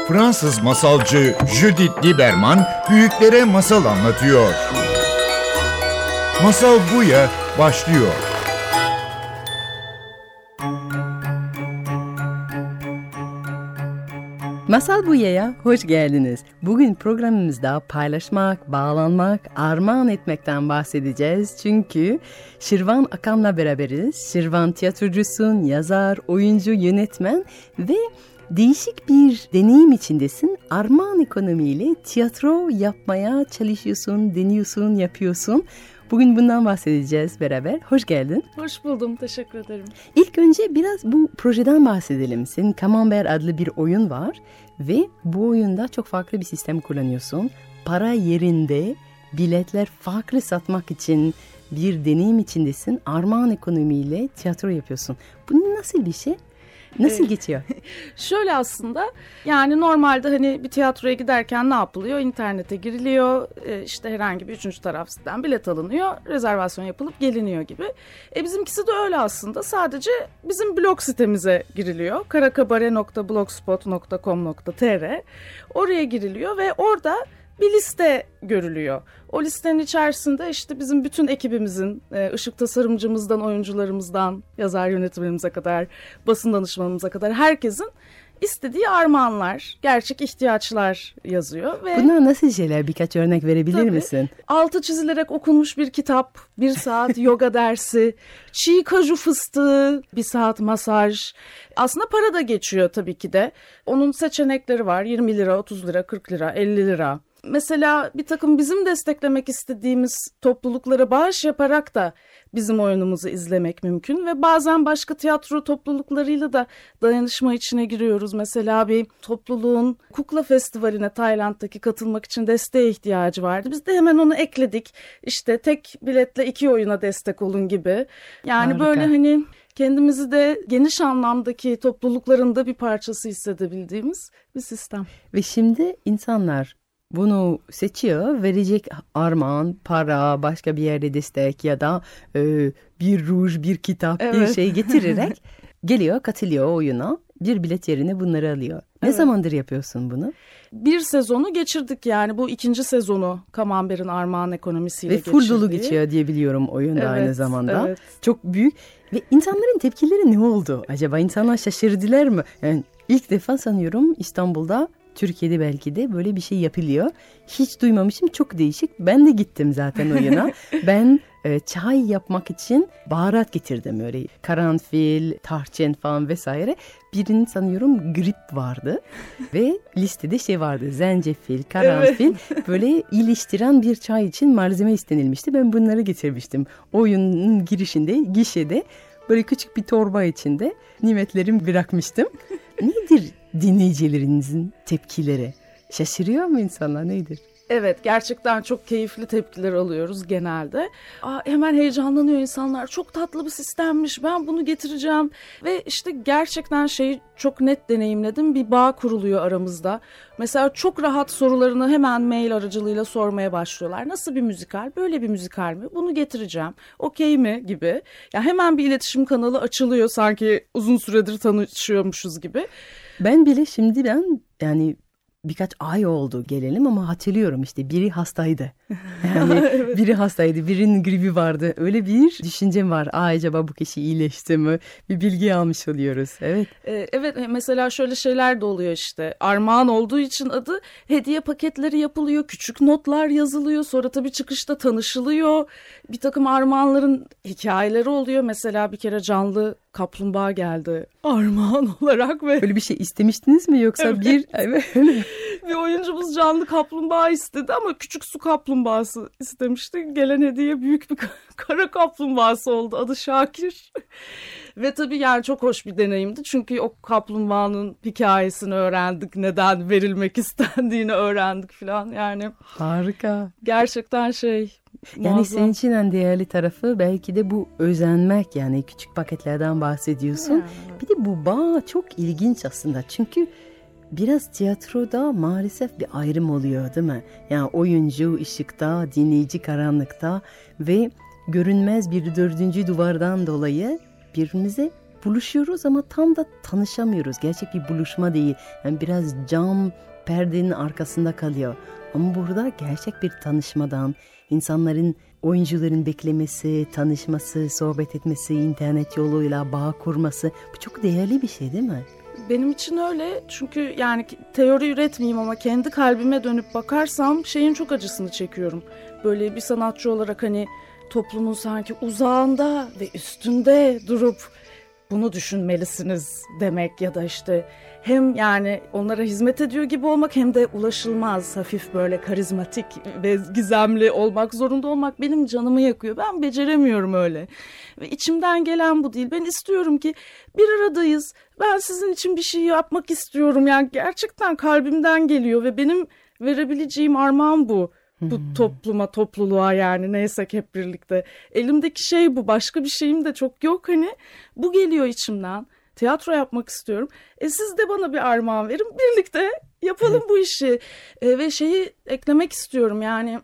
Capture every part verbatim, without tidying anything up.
Fransız masalcı Judith Lieberman büyüklere masal anlatıyor. Masal Buya başlıyor. Masal Buya'ya hoş geldiniz. Bugün programımızda paylaşmak, bağlanmak, armağan etmekten bahsedeceğiz. Çünkü Şirvan Akan'la beraberiz. Şirvan tiyatrocusun, yazar, oyuncu, yönetmen ve değişik bir deneyim içindesin. Armağan ekonomiyle tiyatro yapmaya çalışıyorsun, deniyorsun, yapıyorsun. Bugün bundan bahsedeceğiz beraber. Hoş geldin. Hoş buldum, teşekkür ederim. İlk önce biraz bu projeden bahsedelim. Senin Camembert adlı bir oyun var ve bu oyunda çok farklı bir sistem kullanıyorsun. Para yerinde biletler farklı satmak için bir deneyim içindesin. Armağan ekonomiyle tiyatro yapıyorsun. Bu nasıl bir şey? Nasıl geçiyor? Şöyle aslında, yani normalde hani bir tiyatroya giderken ne yapılıyor? İnternete giriliyor, işte herhangi bir üçüncü taraf siteden bilet alınıyor, rezervasyon yapılıp geliniyor gibi. E bizimkisi de öyle aslında. Sadece bizim blog sitemize giriliyor. karakabare nokta blogspot nokta com nokta tr. Oraya giriliyor ve orada bir liste görülüyor. O listenin içerisinde işte bizim bütün ekibimizin, ışık tasarımcımızdan, oyuncularımızdan, yazar yönetmenimize kadar, basın danışmanımıza kadar herkesin istediği armağanlar, gerçek ihtiyaçlar yazıyor. Ve bunlar nasıl şeyler? Birkaç örnek verebilir tabii, misin? Altı çizilerek okunmuş bir kitap, bir saat yoga dersi, çiğ kaju fıstığı, bir saat masaj. Aslında para da geçiyor tabii ki de. Onun seçenekleri var. yirmi lira, otuz lira, kırk lira, elli lira. Mesela bir takım bizim desteklemek istediğimiz topluluklara bağış yaparak da bizim oyunumuzu izlemek mümkün. Ve bazen başka tiyatro topluluklarıyla da dayanışma içine giriyoruz. Mesela bir topluluğun kukla festivaline Tayland'daki katılmak için desteğe ihtiyacı vardı. Biz de hemen onu ekledik. İşte tek biletle iki oyuna destek olun gibi. Yani harika. Böyle hani kendimizi de geniş anlamdaki toplulukların da bir parçası hissedebildiğimiz bir sistem. Ve şimdi insanlar bunu seçiyor, verecek armağan, para, başka bir yerde destek ya da e, bir ruj, bir kitap, evet. bir şey getirerek geliyor, katılıyor oyuna. Bir bilet yerine bunları alıyor. Ne evet. zamandır yapıyorsun bunu? Bir sezonu geçirdik, yani bu ikinci sezonu Camembert'in armağan ekonomisiyle ve geçirdiği. Ve full dolu geçiyor diye biliyorum oyunda evet, aynı zamanda. Evet. Çok büyük. Ve insanların tepkileri ne oldu? Acaba insanlar şaşırdılar mı? Yani ilk defa sanıyorum İstanbul'da, Türkiye'de belki de böyle bir şey yapılıyor. Hiç duymamışım, çok değişik. Ben de gittim zaten oyuna. Ben e, çay yapmak için baharat getirdim öyle. Karanfil, tarçın falan vesaire. Birinin sanıyorum grip vardı. Ve listede şey vardı. Zencefil, karanfil. Evet. Böyle iyileştiren bir çay için malzeme istenilmişti. Ben bunları getirmiştim. Oyunun girişinde, gişede böyle küçük bir torba içinde nimetlerimi bırakmıştım. Nedir dinleyicilerinizin tepkileri? Şaşırıyor mu insanlar, nedir? Evet, gerçekten çok keyifli tepkiler alıyoruz genelde. Aa, hemen heyecanlanıyor insanlar. Çok tatlı bir sistemmiş, ben bunu getireceğim. Ve işte gerçekten şeyi çok net deneyimledim. Bir bağ kuruluyor aramızda. Mesela çok rahat sorularını hemen mail aracılığıyla sormaya başlıyorlar. Nasıl bir müzikal? Böyle bir müzikal mi? Bunu getireceğim. Okey mi? Gibi. Ya hemen bir iletişim kanalı açılıyor, sanki uzun süredir tanışıyormuşuz gibi. Ben bile şimdi ben yani birkaç ay oldu gelelim ama hatırlıyorum işte biri hastaydı. Yani evet. Biri hastaydı, birinin gribi vardı. Öyle bir düşüncem var. Aa, acaba bu kişi iyileşti mi? Bir bilgi almış oluyoruz. Evet. Ee, evet, mesela şöyle şeyler de oluyor işte. Armağan olduğu için adı, hediye paketleri yapılıyor, küçük notlar yazılıyor. Sonra tabii çıkışta tanışılıyor. Bir takım armağanların hikayeleri oluyor. Mesela bir kere canlı kaplumbağa geldi armağan olarak ve böyle bir şey istemiştiniz mi yoksa evet. bir evet. Bir oyuncumuz canlı kaplumbağa istedi ama küçük su kaplumbağası istemişti. Gelen hediye büyük bir kara kaplumbağası oldu. Adı Şakir. Ve tabii yani çok hoş bir deneyimdi. Çünkü o kaplumbağanın hikayesini öğrendik. Neden verilmek istendiğini öğrendik falan. Yani harika. Gerçekten şey... Yani muazzam. Senin için en değerli tarafı belki de bu özenmek, yani küçük paketlerden bahsediyorsun. Ya. Bir de bu bağ çok ilginç aslında, çünkü biraz tiyatroda maalesef bir ayrım oluyor değil mi? Yani oyuncu ışıkta, dinleyici karanlıkta ve görünmez bir dördüncü duvardan dolayı birbirimize buluşuyoruz ama tam da tanışamıyoruz. Gerçek bir buluşma değil. Yani biraz cam perdenin arkasında kalıyor. Ama burada gerçek bir tanışmadan, insanların, oyuncuların beklemesi, tanışması, sohbet etmesi, internet yoluyla bağ kurması, bu çok değerli bir şey değil mi? Benim için öyle, çünkü yani teori üretmeyeyim ama kendi kalbime dönüp bakarsam şeyin çok acısını çekiyorum. Böyle bir sanatçı olarak hani toplumun sanki uzağında ve üstünde durup bunu düşünmelisiniz demek ya da işte hem yani onlara hizmet ediyor gibi olmak hem de ulaşılmaz, hafif böyle karizmatik ve gizemli olmak zorunda olmak benim canımı yakıyor. Ben beceremiyorum öyle. Ve içimden gelen bu değil. Ben istiyorum ki bir aradayız. Ben sizin için bir şey yapmak istiyorum. Yani gerçekten kalbimden geliyor ve benim verebileceğim armağan bu. Bu topluma, topluluğa, yani neysek hep birlikte. Elimdeki şey bu. Başka bir şeyim de çok yok hani. Bu geliyor içimden. Tiyatro yapmak istiyorum. E siz de bana bir armağan verin. Birlikte yapalım bu işi. E, ve şeyi eklemek istiyorum. Yani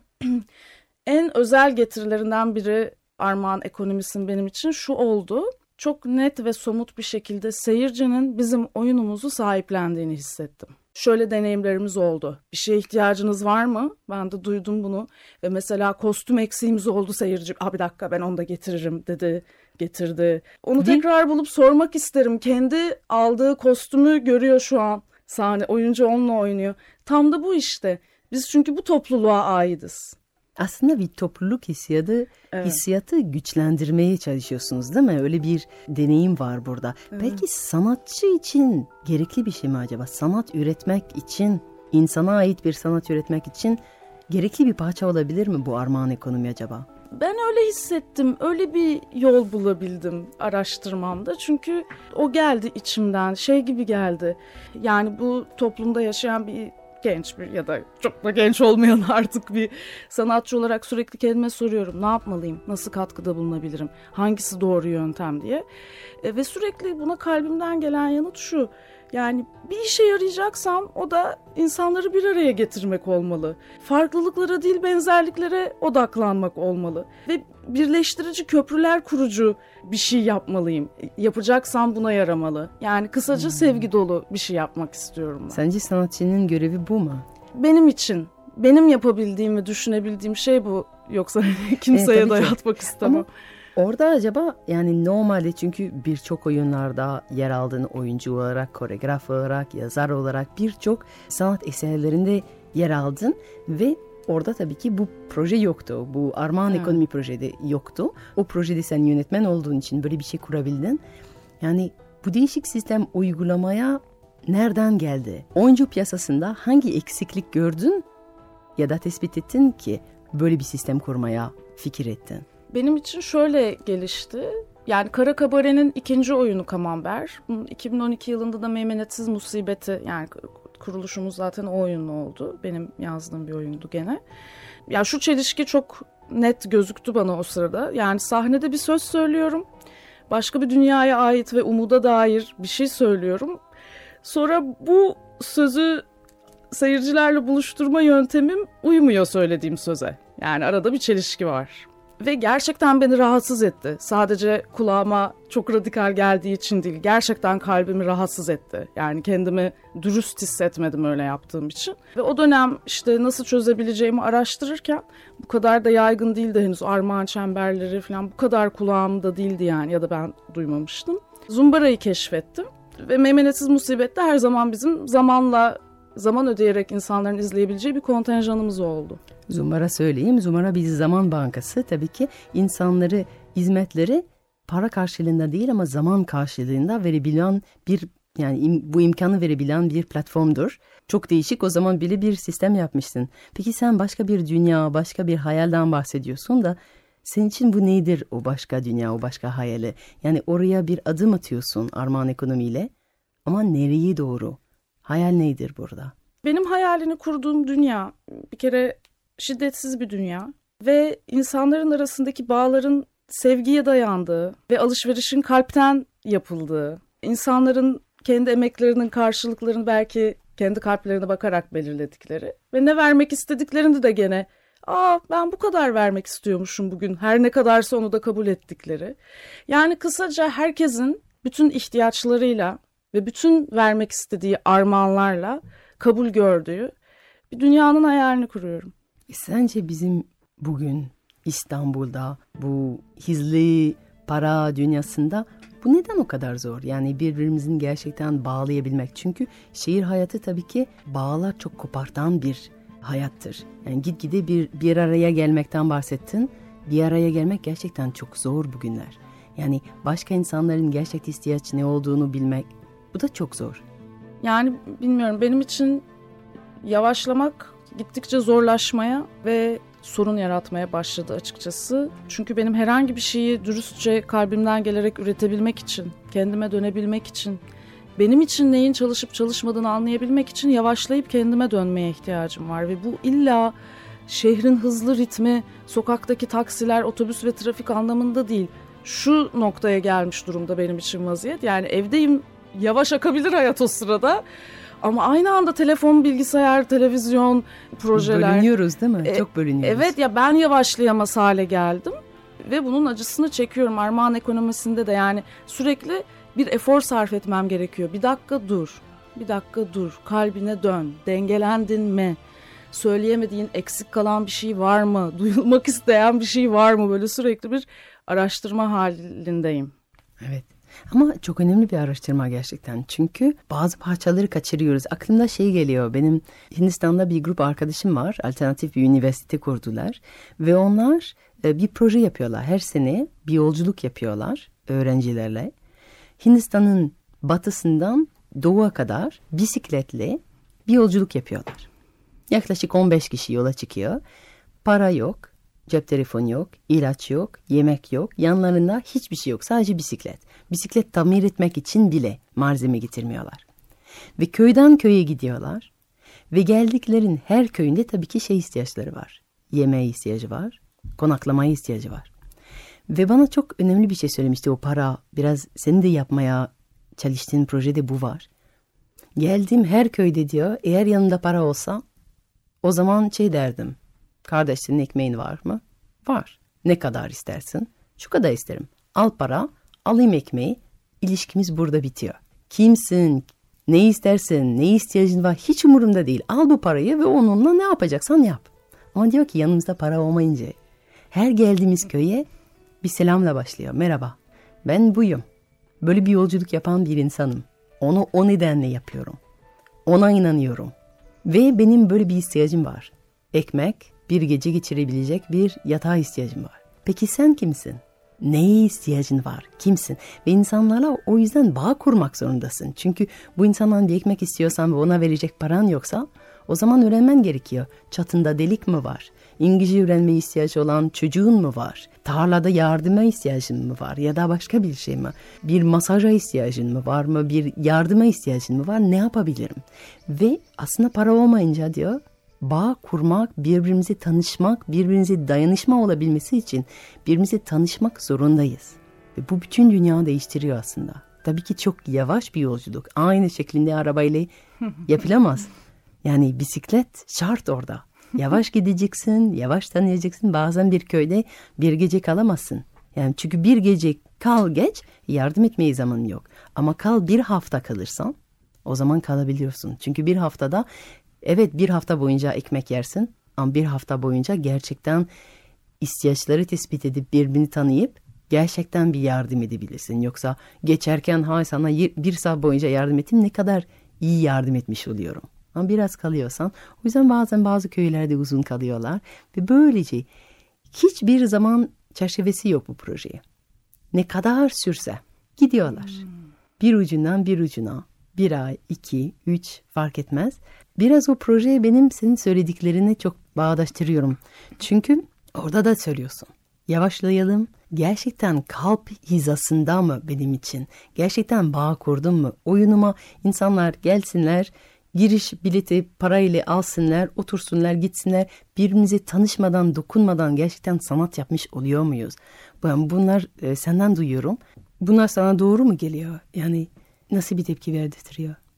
en özel getirilerinden biri armağan ekonomisinin benim için şu oldu. Çok net ve somut bir şekilde seyircinin bizim oyunumuzu sahiplendiğini hissettim. Şöyle deneyimlerimiz oldu. Bir şeye ihtiyacınız var mı? Ben de duydum bunu. Ve mesela kostüm eksiğimiz oldu, seyirci. "Aa, bir dakika ben onu da getiririm" dedi. Getirdi. Onu Değil. tekrar bulup sormak isterim. Kendi aldığı kostümü görüyor şu an. Sahne, oyuncu onunla oynuyor. Tam da bu işte. Biz çünkü bu topluluğa aitiz. Aslında bir topluluk hissiyatı, Evet. hissiyatı güçlendirmeye çalışıyorsunuz değil mi? Öyle bir deneyim var burada. Evet. Peki sanatçı için gerekli bir şey mi acaba? Sanat üretmek için, insana ait bir sanat üretmek için gerekli bir parça olabilir mi bu armağan ekonomi acaba? Ben öyle hissettim. Öyle bir yol bulabildim araştırmamda. Çünkü o geldi içimden. Şey gibi geldi. Yani bu toplumda yaşayan bir genç bir ya da çok da genç olmayan artık bir sanatçı olarak sürekli kendime soruyorum. Ne yapmalıyım? Nasıl katkıda bulunabilirim? Hangisi doğru yöntem diye. E, ve sürekli buna kalbimden gelen yanıt şu. Yani bir işe yarayacaksam o da insanları bir araya getirmek olmalı. Farklılıklara değil benzerliklere odaklanmak olmalı. Ve birleştirici köprüler kurucu bir şey yapmalıyım. Yapacaksam buna yaramalı. Yani kısaca hmm. sevgi dolu bir şey yapmak istiyorum ben. Sence sanatçının görevi bu mu? Benim için, benim yapabildiğim ve düşünebildiğim şey bu. Yoksa kimseye Evet, dayatmak istemem. Ama orada acaba yani normalde, çünkü birçok oyunlarda yer aldığın oyuncu olarak, koreograf olarak, yazar olarak birçok sanat eserlerinde yer aldın ve orada tabii ki bu proje yoktu. Bu armağan evet. ekonomi projede yoktu. O projede sen yönetmen olduğun için böyle bir şey kurabildin. Yani bu değişik sistem uygulamaya nereden geldi? Oyuncu piyasasında hangi eksiklik gördün ya da tespit ettin ki böyle bir sistem kurmaya fikir ettin? Benim için şöyle gelişti. Yani Kara Kabare'nin ikinci oyunu Camembert. iki bin on iki yılında da Meymenetsiz Musibeti, yani kuruluşumuz zaten o oyunlu oldu. Benim yazdığım bir oyundu gene. Ya şu çelişki çok net gözüktü bana o sırada. Yani sahnede bir söz söylüyorum. Başka bir dünyaya ait ve umuda dair bir şey söylüyorum. Sonra bu sözü seyircilerle buluşturma yöntemim uymuyor söylediğim söze. Yani arada bir çelişki var. Ve gerçekten beni rahatsız etti. Sadece kulağıma çok radikal geldiği için değil, gerçekten kalbimi rahatsız etti. Yani kendimi dürüst hissetmedim öyle yaptığım için. Ve o dönem işte nasıl çözebileceğimi araştırırken bu kadar da yaygın değildi henüz, armağan çemberleri falan bu kadar kulağımda değildi yani, ya da ben duymamıştım. Zumbara'yı keşfettim ve Meymenetsiz Musibet'te her zaman bizim zamanla zaman ödeyerek insanların izleyebileceği bir kontenjanımız oldu. Zumbara söyleyeyim. Zumbara bir zaman bankası. Tabii ki insanları, hizmetleri para karşılığında değil ama zaman karşılığında verebilen bir, yani im, bu imkanı verebilen bir platformdur. Çok değişik, o zaman bile bir sistem yapmışsın. Peki sen başka bir dünya, başka bir hayalden bahsediyorsun da senin için bu nedir, o başka dünya, o başka hayali? Yani oraya bir adım atıyorsun armağan ekonomiyle ama nereye doğru? Hayal nedir burada? Benim hayalini kurduğum dünya bir kere şiddetsiz bir dünya ve insanların arasındaki bağların sevgiye dayandığı ve alışverişin kalpten yapıldığı, insanların kendi emeklerinin karşılıklarını belki kendi kalplerine bakarak belirledikleri ve ne vermek istediklerini de gene "Aa, ben bu kadar vermek istiyormuşum bugün, her ne kadarsa onu da kabul ettikleri." Yani kısaca herkesin bütün ihtiyaçlarıyla ve bütün vermek istediği armağanlarla kabul gördüğü bir dünyanın hayalini kuruyorum. E sence bizim bugün İstanbul'da bu hızlı para dünyasında bu neden o kadar zor? Yani birbirimizin gerçekten bağlayabilmek. Çünkü şehir hayatı tabii ki bağlar çok kopartan bir hayattır. Yani gitgide bir, bir araya gelmekten bahsettin. Bir araya gelmek gerçekten çok zor bugünler. Yani başka insanların gerçek ihtiyaç ne olduğunu bilmek, bu da çok zor. Yani bilmiyorum, benim için yavaşlamak gittikçe zorlaşmaya ve sorun yaratmaya başladı açıkçası. Çünkü benim herhangi bir şeyi dürüstçe kalbimden gelerek üretebilmek için, kendime dönebilmek için, benim için neyin çalışıp çalışmadığını anlayabilmek için yavaşlayıp kendime dönmeye ihtiyacım var. Ve bu illa şehrin hızlı ritmi, sokaktaki taksiler, otobüs ve trafik anlamında değil. Şu noktaya gelmiş durumda benim için vaziyet. Yani evdeyim, yavaş akabilir hayat o sırada. Ama aynı anda telefon, bilgisayar, televizyon, projeler. Bölünüyoruz değil mi? E, Çok bölünüyoruz. Evet ya, ben yavaşlayamaz hale geldim. Ve bunun acısını çekiyorum. Armağan ekonomisinde de yani sürekli bir efor sarf etmem gerekiyor. Bir dakika dur, bir dakika dur, kalbine dön, dengelendin mi? Söyleyemediğin, eksik kalan bir şey var mı? Duyulmak isteyen bir şey var mı? Böyle sürekli bir araştırma halindeyim. Evet. Ama çok önemli bir araştırma gerçekten. Çünkü bazı parçaları kaçırıyoruz. Aklımda şey geliyor. Benim Hindistan'da bir grup arkadaşım var. Alternatif bir üniversite kurdular. Ve onlar bir proje yapıyorlar. Her sene bir yolculuk yapıyorlar öğrencilerle. Hindistan'ın batısından doğuya kadar bisikletle bir yolculuk yapıyorlar. Yaklaşık on beş kişi yola çıkıyor. Para yok, cep telefonu yok, ilaç yok, yemek yok. Yanlarında hiçbir şey yok. Sadece bisiklet. Bisiklet tamir etmek için bile malzeme getirmiyorlar. Ve köyden köye gidiyorlar. Ve geldiklerin her köyünde tabii ki şey ihtiyaçları var. Yemeğe ihtiyacı var, konaklamaya ihtiyacı var. Ve bana çok önemli bir şey söylemişti o para. Biraz senin de yapmaya çalıştığın projede bu var. Geldiğim her köyde diyor, eğer yanında para olsa o zaman şey derdim. Kardeşinin ekmeğin var mı? Var. Ne kadar istersin? Şu kadar isterim. Al para, alayım ekmeği. İlişkimiz burada bitiyor. Kimsin? Ne istersin? Ne ihtiyacın var? Hiç umurumda değil. Al bu parayı ve onunla ne yapacaksan yap. Ama diyor ki yanımızda para olmayınca her geldiğimiz köye bir selamla başlıyor. Merhaba, ben buyum. Böyle bir yolculuk yapan bir insanım. Onu o nedenle yapıyorum. Ona inanıyorum. Ve benim böyle bir ihtiyacım var. Ekmek, bir gece geçirebilecek bir yatağa ihtiyacım var. Peki sen kimsin? Neye ihtiyacın var? Kimsin? Ve insanlarla o yüzden bağ kurmak zorundasın. Çünkü bu insandan bir ekmek istiyorsan ve ona verecek paran yoksa o zaman öğrenmen gerekiyor. Çatında delik mi var? İngilizce öğrenmeye ihtiyacı olan çocuğun mu var? Tarlada yardıma ihtiyacın mı var? Ya da başka bir şey mi? Bir masaja ihtiyacın mı var mı? Bir yardıma ihtiyacın mı var? Ne yapabilirim? Ve aslında para olmayınca diyor, bağ kurmak, birbirimize tanışmak, birbirimize dayanışma olabilmesi için birbirimize tanışmak zorundayız. Ve bu bütün dünyayı değiştiriyor aslında. Tabii ki çok yavaş bir yolculuk. Aynı şeklinde arabayla yapılamaz. Yani bisiklet şart orada. Yavaş gideceksin, yavaş tanıyacaksın. Bazen bir köyde bir gece kalamazsın. Yani çünkü bir gece kal geç, yardım etmeye zamanın yok. Ama kal bir hafta kalırsan, o zaman kalabiliyorsun. Çünkü bir haftada, evet bir hafta boyunca ekmek yersin. Ama bir hafta boyunca gerçekten ihtiyaçları tespit edip birbirini tanıyıp gerçekten bir yardım edebilirsin. Yoksa geçerken hay sana bir saat boyunca yardım ettim, ne kadar iyi yardım etmiş oluyorum. Ama biraz kalıyorsan, o yüzden bazen bazı köylerde uzun kalıyorlar ve böylece hiçbir zaman çerçevesi yok bu projeye. Ne kadar sürse gidiyorlar. Hmm. Bir ucundan bir ucuna, bir ay, iki, üç fark etmez. Biraz o projeye benim senin söylediklerini çok bağdaştırıyorum. Çünkü orada da söylüyorsun. Yavaşlayalım. Gerçekten kalp hizasında mı benim için? Gerçekten bağ kurdum mu? Oyunuma insanlar gelsinler, giriş bileti parayla alsınlar, otursunlar, gitsinler. Birbirimize tanışmadan, dokunmadan gerçekten sanat yapmış oluyor muyuz? Ben bunlar e, senden duyuyorum. Bunlar sana doğru mu geliyor? Yani nasıl bir tepki verdirtiyor?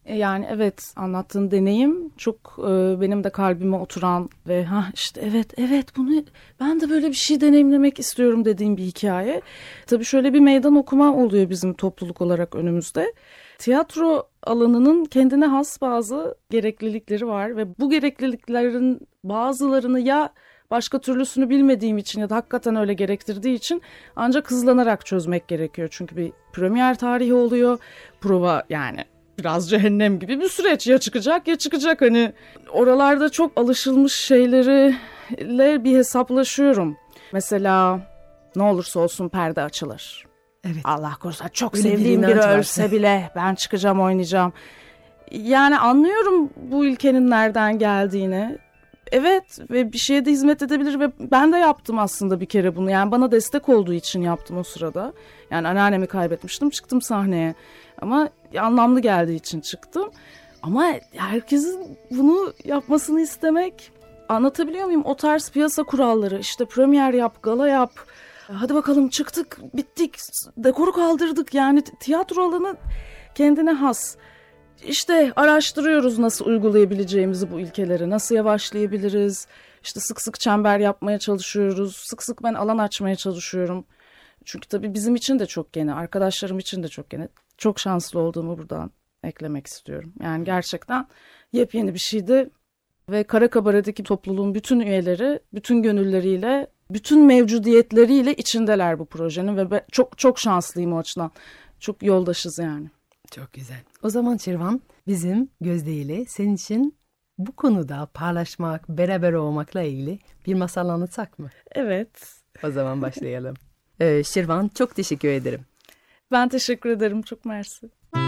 Yani evet, anlattığın deneyim çok e, benim de kalbime oturan ve ha işte evet evet bunu ben de böyle bir şey deneyimlemek istiyorum dediğim bir hikaye. Tabii şöyle bir meydan okuma oluyor bizim topluluk olarak önümüzde. Tiyatro alanının kendine has bazı gereklilikleri var ve bu gerekliliklerin bazılarını ya başka türlüsünü bilmediğim için ya da hakikaten öyle gerektirdiği için ancak hızlanarak çözmek gerekiyor. Çünkü bir premier tarihi oluyor, prova yani biraz cehennem gibi bir süreç, ya çıkacak ya çıkacak, hani oralarda çok alışılmış şeylerle bir hesaplaşıyorum. Mesela ne olursa olsun perde açılır. Evet. Allah korusun çok Öyle bir sevdiğim inanç biri var. ölse bile ben çıkacağım, oynayacağım. Yani anlıyorum bu ilkenin nereden geldiğini. Evet, ve bir şeye de hizmet edebilir ve ben de yaptım aslında bir kere bunu. Yani bana destek olduğu için yaptım o sırada. Yani anneannemi kaybetmiştim, çıktım sahneye. Ama anlamlı geldiği için çıktım. Ama herkesin bunu yapmasını istemek, anlatabiliyor muyum? O tarz piyasa kuralları, işte premier yap, gala yap. Hadi bakalım çıktık, bittik, dekoru kaldırdık. Yani tiyatro alanı kendine has. İşte araştırıyoruz nasıl uygulayabileceğimizi bu ilkeleri, nasıl yavaşlayabiliriz. İşte sık sık çember yapmaya çalışıyoruz, sık sık ben alan açmaya çalışıyorum. Çünkü tabii bizim için de çok yeni, arkadaşlarım için de çok yeni. Çok şanslı olduğumu buradan eklemek istiyorum. Yani gerçekten yepyeni bir şeydi ve Kara Kabare'deki topluluğun bütün üyeleri, bütün gönülleriyle, bütün mevcudiyetleriyle içindeler bu projenin ve ben çok çok şanslıyım o açıdan. Çok yoldaşız yani. Çok güzel. O zaman Şirvan, bizim Gözde ile senin için bu konuda paylaşmak, beraber olmakla ilgili bir masal anlatsak mı? Evet. O zaman başlayalım. ee, Şirvan, çok teşekkür ederim. Ben teşekkür ederim. Çok mersi.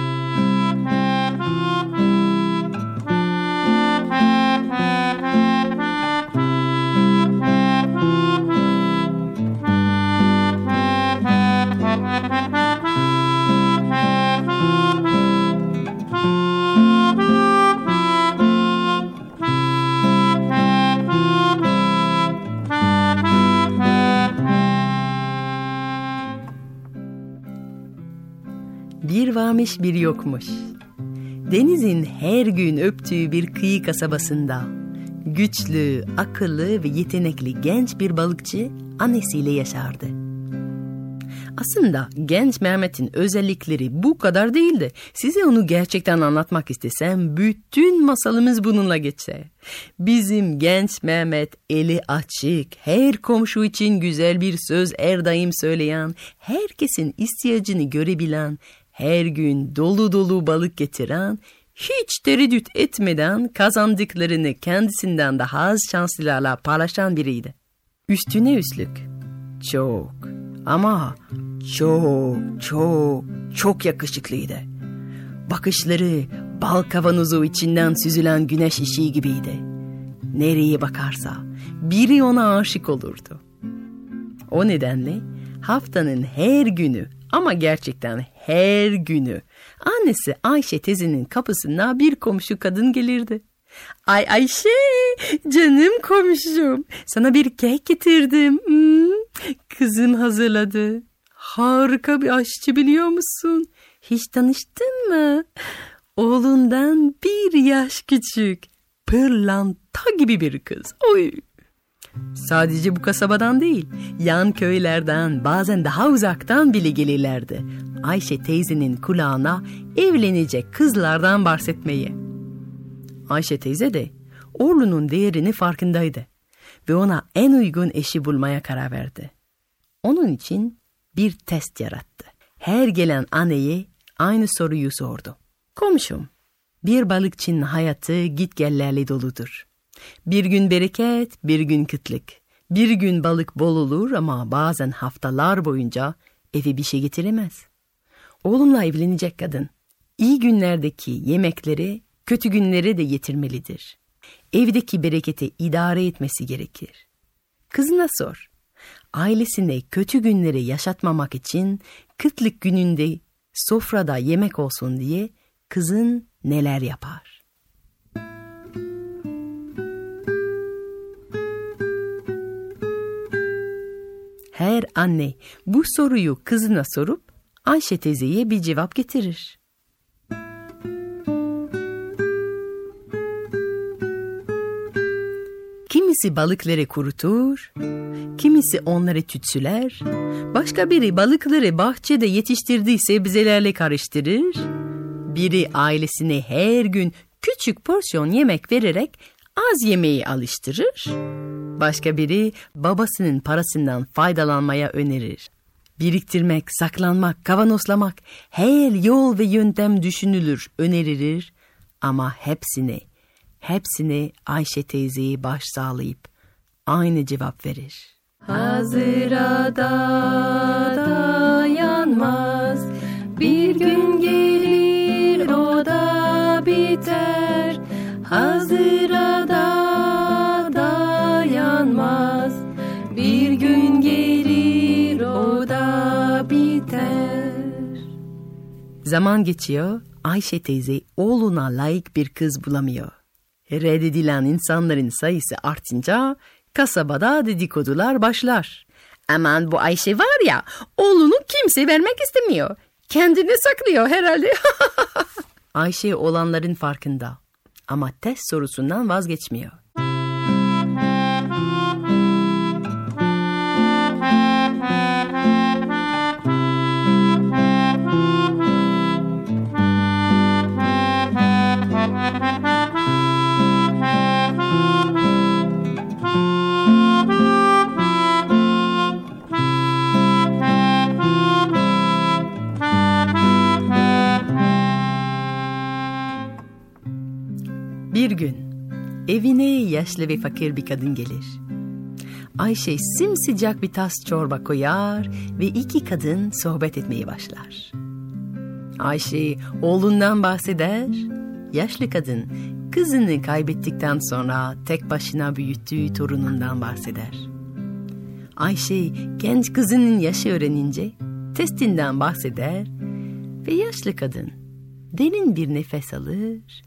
Bir varmış bir yokmuş. Denizin her gün öptüğü bir kıyı kasabasında güçlü, akıllı ve yetenekli genç bir balıkçı annesiyle yaşardı. Aslında genç Mehmet'in özellikleri bu kadar değildi. Size onu gerçekten anlatmak istesem bütün masalımız bununla geçer. Bizim genç Mehmet eli açık, her komşu için güzel bir söz her daim söyleyen, herkesin ihtiyacını görebilen, her gün dolu dolu balık getiren, hiç tereddüt etmeden kazandıklarını kendisinden daha az şanslılarla paylaşan biriydi. Üstüne üstlük çok ama çok çok çok yakışıklıydı. Bakışları bal kavanozu içinden süzülen güneş ışığı gibiydi. Nereye bakarsa biri ona aşık olurdu. O nedenle haftanın her günü, ama gerçekten her günü, annesi Ayşe teyzenin kapısına bir komşu kadın gelirdi. Ay Ayşe, canım komşum, sana bir kek getirdim. Hmm, kızım hazırladı. Harika bir aşçı, biliyor musun? Hiç tanıştın mı? Oğlundan bir yaş küçük, pırlanta gibi bir kız. Oy. Sadece bu kasabadan değil, yan köylerden, bazen daha uzaktan bile gelirlerdi Ayşe teyzenin kulağına evlenecek kızlardan bahsetmeyi. Ayşe teyze de oğlunun değerini farkındaydı ve ona en uygun eşi bulmaya karar verdi. Onun için bir test yarattı. Her gelen anneye aynı soruyu sordu. Komşum, bir balıkçının hayatı gitgellerle doludur. Bir gün bereket, bir gün kıtlık. Bir gün balık bol olur ama bazen haftalar boyunca eve bir şey getiremez. Oğlumla evlenecek kadın iyi günlerdeki yemekleri kötü günlere de getirmelidir. Evdeki bereketi idare etmesi gerekir. Kızına sor. Ailesine kötü günleri yaşatmamak için kıtlık gününde sofrada yemek olsun diye kızın neler yapar? Her anne bu soruyu kızına sorup Ayşe teyzeye bir cevap getirir. Kimisi balıkları kurutur, kimisi onları tütsüler, başka biri balıkları bahçede yetiştirdiği sebzelerle karıştırır, biri ailesine her gün küçük porsiyon yemek vererek az yemeği alıştırır, başka biri babasının parasından faydalanmaya önerir. Biriktirmek, saklanmak, kavanozlamak, her yol ve yöntem düşünülür, önerilir ama hepsine, hepsine Ayşe teyzeyi baş sağlayıp aynı cevap verir. Hazıra da dayanmaz, bir gün gelir o da biter. Hazıra da dayanmaz, bir gün gelir o da biter. Zaman geçiyor, Ayşe teyze oğluna layık bir kız bulamıyor. Reddedilen insanların sayısı artınca kasabada dedikodular başlar. Aman bu Ayşe var ya, oğlunu kimse vermek istemiyor. Kendini saklıyor herhalde. Ayşe olanların farkında ama test sorusundan vazgeçmiyor. Bir gün evine yaşlı ve fakir bir kadın gelir. Ayşe simsıcak bir tas çorba koyar ve iki kadın sohbet etmeye başlar. Ayşe oğlundan bahseder, yaşlı kadın kızını kaybettikten sonra tek başına büyüttüğü torunundan bahseder. Ayşe genç kızının yaşı öğrenince testinden bahseder ve yaşlı kadın derin bir nefes alır.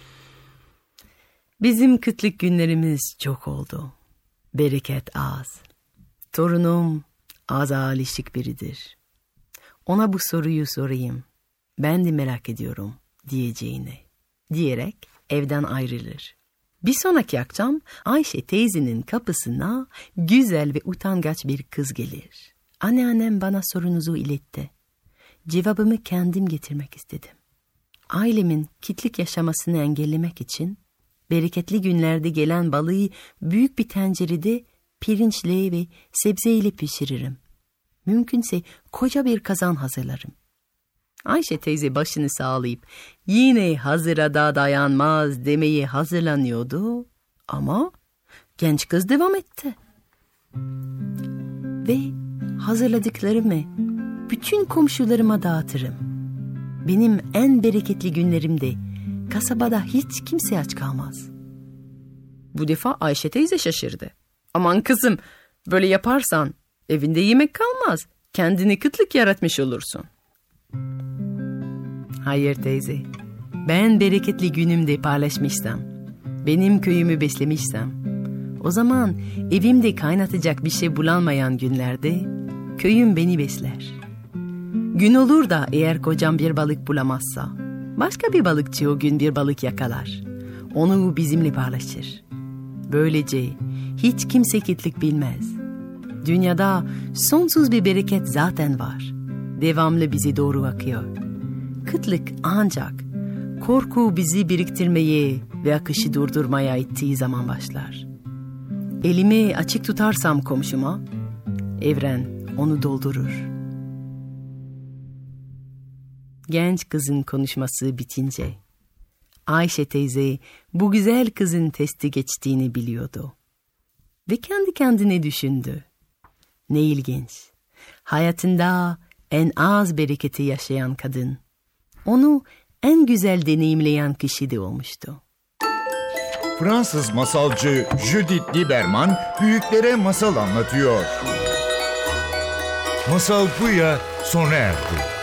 Bizim kıtlık günlerimiz çok oldu. Bereket az. Torunum aza alışık biridir. Ona bu soruyu sorayım. Ben de merak ediyorum diyeceğine. Diyerek evden ayrılır. Bir sonraki akşam Ayşe teyzenin kapısına güzel ve utangaç bir kız gelir. Anneannem bana sorunuzu iletti. Cevabımı kendim getirmek istedim. Ailemin kıtlık yaşamasını engellemek için bereketli günlerde gelen balığı büyük bir tencerede pirinçle ve sebzeyle pişiririm. Mümkünse koca bir kazan hazırlarım. Ayşe teyze başını sağlayıp yine hazıra da dayanmaz demeye hazırlanıyordu ama genç kız devam etti. Ve hazırladıklarımı bütün komşularıma dağıtırım. Benim en bereketli günlerimde kasabada hiç kimse aç kalmaz. Bu defa Ayşe teyze şaşırdı. Aman kızım, böyle yaparsan evinde yemek kalmaz. Kendini kıtlık yaratmış olursun. Hayır teyze, ben bereketli günümde paylaşmışsam, benim köyümü beslemişsem, o zaman evimde kaynatacak bir şey bulanmayan günlerde köyüm beni besler. Gün olur da eğer kocam bir balık bulamazsa, başka bir balıkçı o gün bir balık yakalar. Onu bizimle paylaşır. Böylece hiç kimse kıtlık bilmez. Dünyada sonsuz bir bereket zaten var. Devamlı bize doğru akıyor. Kıtlık ancak korku bizi biriktirmeye ve akışı durdurmaya ittiği zaman başlar. Elimi açık tutarsam komşuma, evren onu doldurur. Genç kızın konuşması bitince, Ayşe teyze bu güzel kızın testi geçtiğini biliyordu. Ve kendi kendine düşündü. Ne ilginç, hayatında en az bereketi yaşayan kadın, onu en güzel deneyimleyen kişi de olmuştu. Fransız masalcı Judith Lieberman büyüklere masal anlatıyor. Masal Buya sona erdi.